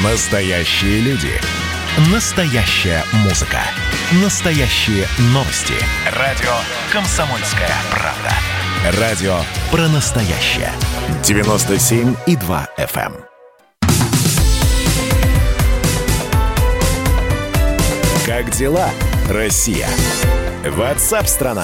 Настоящие люди. Настоящая музыка. Настоящие новости. Радио «Комсомольская правда». Радио про настоящее. 97,2 FM. Как дела, Россия? WhatsApp-страна.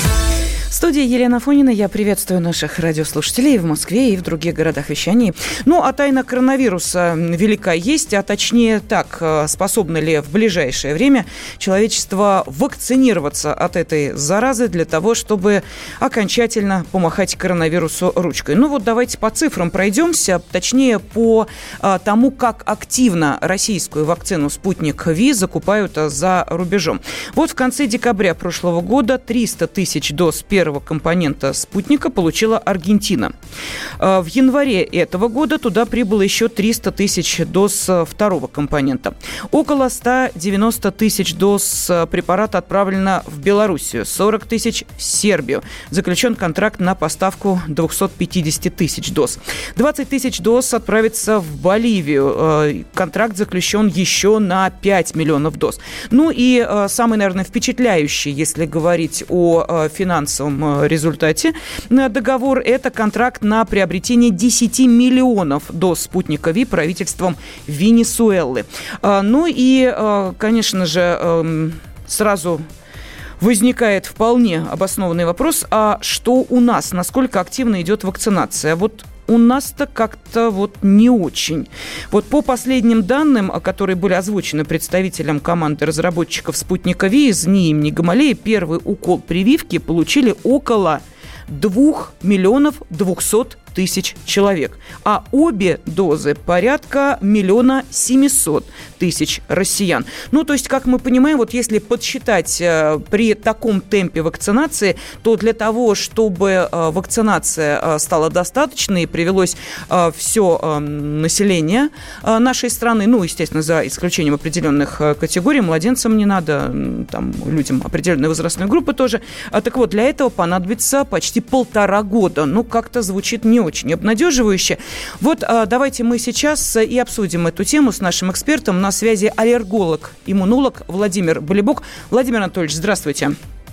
В студии Елена Афонина. Я приветствую наших радиослушателей и в Москве, и в других городах вещания. Ну, а тайна коронавируса велика есть, а точнее так, способно ли в ближайшее время человечество вакцинироваться от этой заразы для того, чтобы окончательно помахать коронавирусу ручкой. Ну вот давайте по цифрам пройдемся, точнее по тому, как активно российскую вакцину «Спутник Ви» закупают за рубежом. Вот в конце декабря прошлого года 300 тысяч доз первого компонента «Спутника» получила Аргентина. В январе этого года туда прибыло еще 300 тысяч доз второго компонента. Около 190 тысяч доз препарата отправлено в Белоруссию, 40 тысяч в Сербию. Заключен контракт на поставку 250 тысяч доз. 20 тысяч доз отправится в Боливию. Контракт заключен еще на 5 миллионов доз. Ну и самый, наверное, впечатляющий, если говорить о финансовом результате договор, это контракт на приобретение 10 миллионов доз «Спутника Ви» правительством Венесуэлы. Ну и, конечно же, сразу возникает вполне обоснованный вопрос, а что у нас, насколько активно идет вакцинация? Вот у нас-то как-то вот не очень. Вот по последним данным, которые были озвучены представителем команды разработчиков «Спутника Ви» из НИИ имени Гамалеи, первый укол прививки получили около 2 миллионов 200 тысяч человек, а обе дозы порядка 1 700 000 россиян. Ну, то есть, как мы понимаем, вот если подсчитать при таком темпе вакцинации, то для того, чтобы вакцинация стала достаточной и привелось все население нашей страны, ну, естественно, за исключением определенных категорий, младенцам не надо, там, людям определенной возрастной группы тоже. Так вот, для этого понадобится почти 1,5 года. Ну, как-то звучит не очень обнадеживающе. Вот давайте мы сейчас и обсудим эту тему с нашим экспертом. На связи аллерголог, иммунолог Владимир Болибок. Владимир Анатольевич, здравствуйте.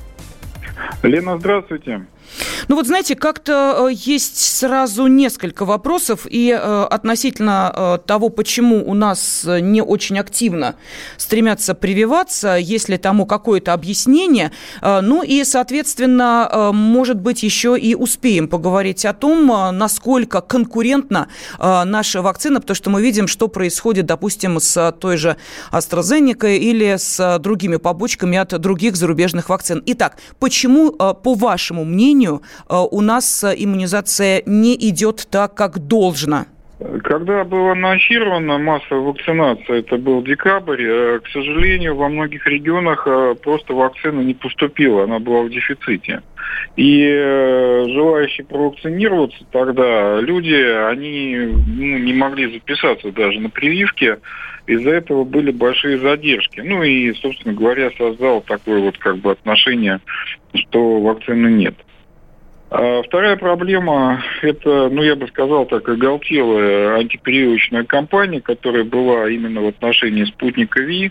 Лена, здравствуйте. Ну вот, знаете, как-то есть сразу несколько вопросов и относительно того, почему у нас не очень активно стремятся прививаться, есть ли тому какое-то объяснение. Ну и, соответственно, может быть, еще и успеем поговорить о том, насколько конкурентна наша вакцина, потому что мы видим, что происходит, допустим, с той же AstraZeneca или с другими побочками от других зарубежных вакцин. Итак, почему, по вашему мнению, у нас иммунизация не идет так, как должно? Когда была анонсирована массовая вакцинация, это был декабрь, к сожалению, во многих регионах просто вакцина не поступила, она была в дефиците. И желающие провакцинироваться тогда люди, они не могли записаться даже на прививки, из-за этого были большие задержки. Ну и, собственно говоря, создал такое вот как бы отношение, что вакцины нет. Вторая проблема – это, я бы сказал так, оголтелая антипрививочная кампания, которая была именно в отношении «Спутника Ви».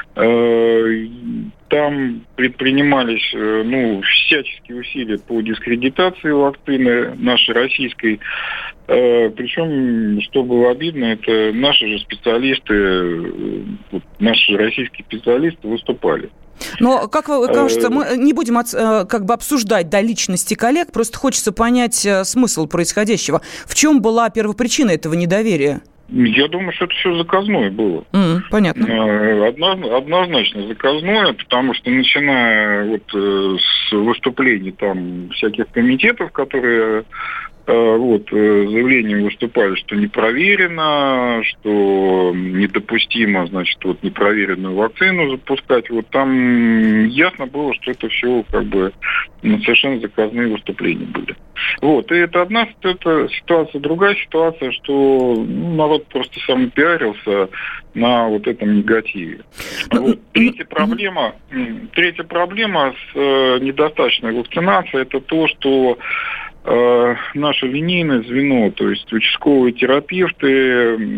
Там предпринимались, всяческие усилия по дискредитации вакцины нашей российской. Причем, что было обидно, это наши же специалисты, наши российские специалисты выступали. Но, как вам кажется, мы не будем обсуждать личности коллег, просто хочется понять смысл происходящего. В чем была первопричина этого недоверия? Я думаю, что это все заказное было. Понятно. Однозначно заказное, потому что начиная с выступлений там всяких комитетов, которые заявлением выступали, что не проверено, что недопустимо, непроверенную вакцину запускать. Там ясно было, что это все совершенно заказные выступления были. И это одна ситуация. Другая ситуация, что народ просто самопиарился на этом негативе. Третья проблема с недостаточной вакцинацией, это то, что наше линейное звено, то есть участковые терапевты,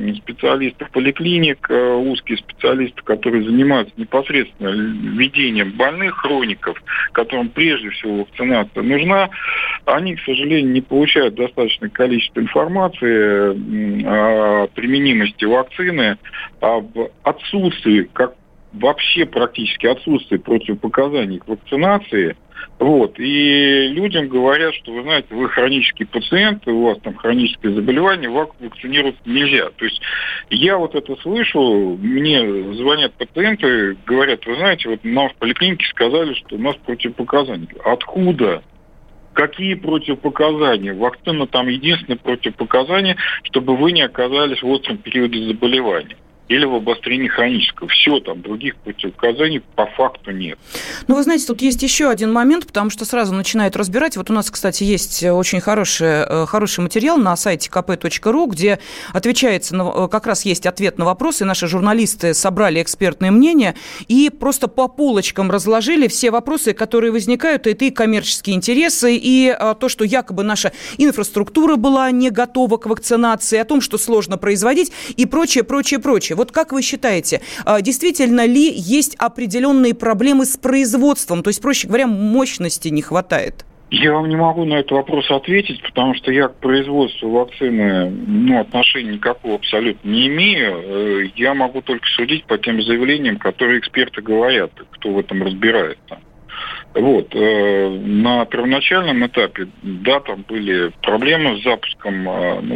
специалисты поликлиник, узкие специалисты, которые занимаются непосредственно ведением больных, хроников, которым прежде всего вакцинация нужна, они, к сожалению, не получают достаточное количество информации о применимости вакцины, об отсутствии, как вообще практически отсутствие противопоказаний к вакцинации. Вот. И людям говорят, что, вы знаете, вы хронический пациент, у вас там хроническое заболевание, вакцинироваться нельзя. То есть я вот это слышу, мне звонят пациенты, говорят, вы знаете, вот нам в поликлинике сказали, что у нас противопоказания. Откуда? Какие противопоказания? Вакцина там единственное противопоказание, чтобы вы не оказались в остром периоде заболевания или в обострении хронического. Все, там других противопоказаний по факту нет. Ну, вы знаете, тут есть еще один момент, потому что сразу начинают разбирать. Вот у нас, кстати, есть очень хороший материал на сайте kp.ru, где отвечается, как раз есть ответ на вопросы. Наши журналисты собрали экспертное мнение и просто по полочкам разложили все вопросы, которые возникают. Это и коммерческие интересы, и то, что якобы наша инфраструктура была не готова к вакцинации, о том, что сложно производить и прочее, прочее, прочее. Вот как вы считаете, действительно ли есть определенные проблемы с производством? То есть, проще говоря, мощности не хватает? Я вам не могу на этот вопрос ответить, потому что я к производству вакцины отношения никакого абсолютно не имею. Я могу только судить по тем заявлениям, которые эксперты говорят, кто в этом разбирается. Вот. На первоначальном этапе, да, там были проблемы с запуском,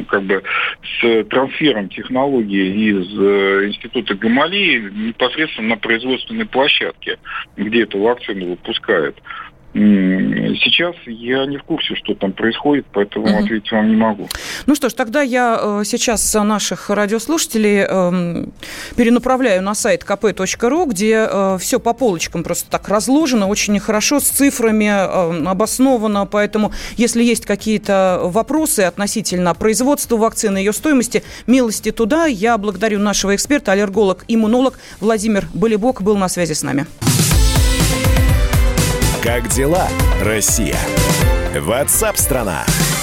с трансфером технологий из института Гамалеи непосредственно на производственной площадке, где эту вакцину выпускают. Сейчас я не в курсе, что там происходит, поэтому ответить вам не могу. Ну что ж, тогда я сейчас наших радиослушателей перенаправляю на сайт kp.ru, где все по полочкам просто так разложено, очень хорошо, с цифрами обосновано, поэтому если есть какие-то вопросы относительно производства вакцины, ее стоимости, милости туда. Я благодарю нашего эксперта, аллерголог-иммунолог Владимир Болибок был на связи с нами. Как дела, Россия? WhatsApp-страна!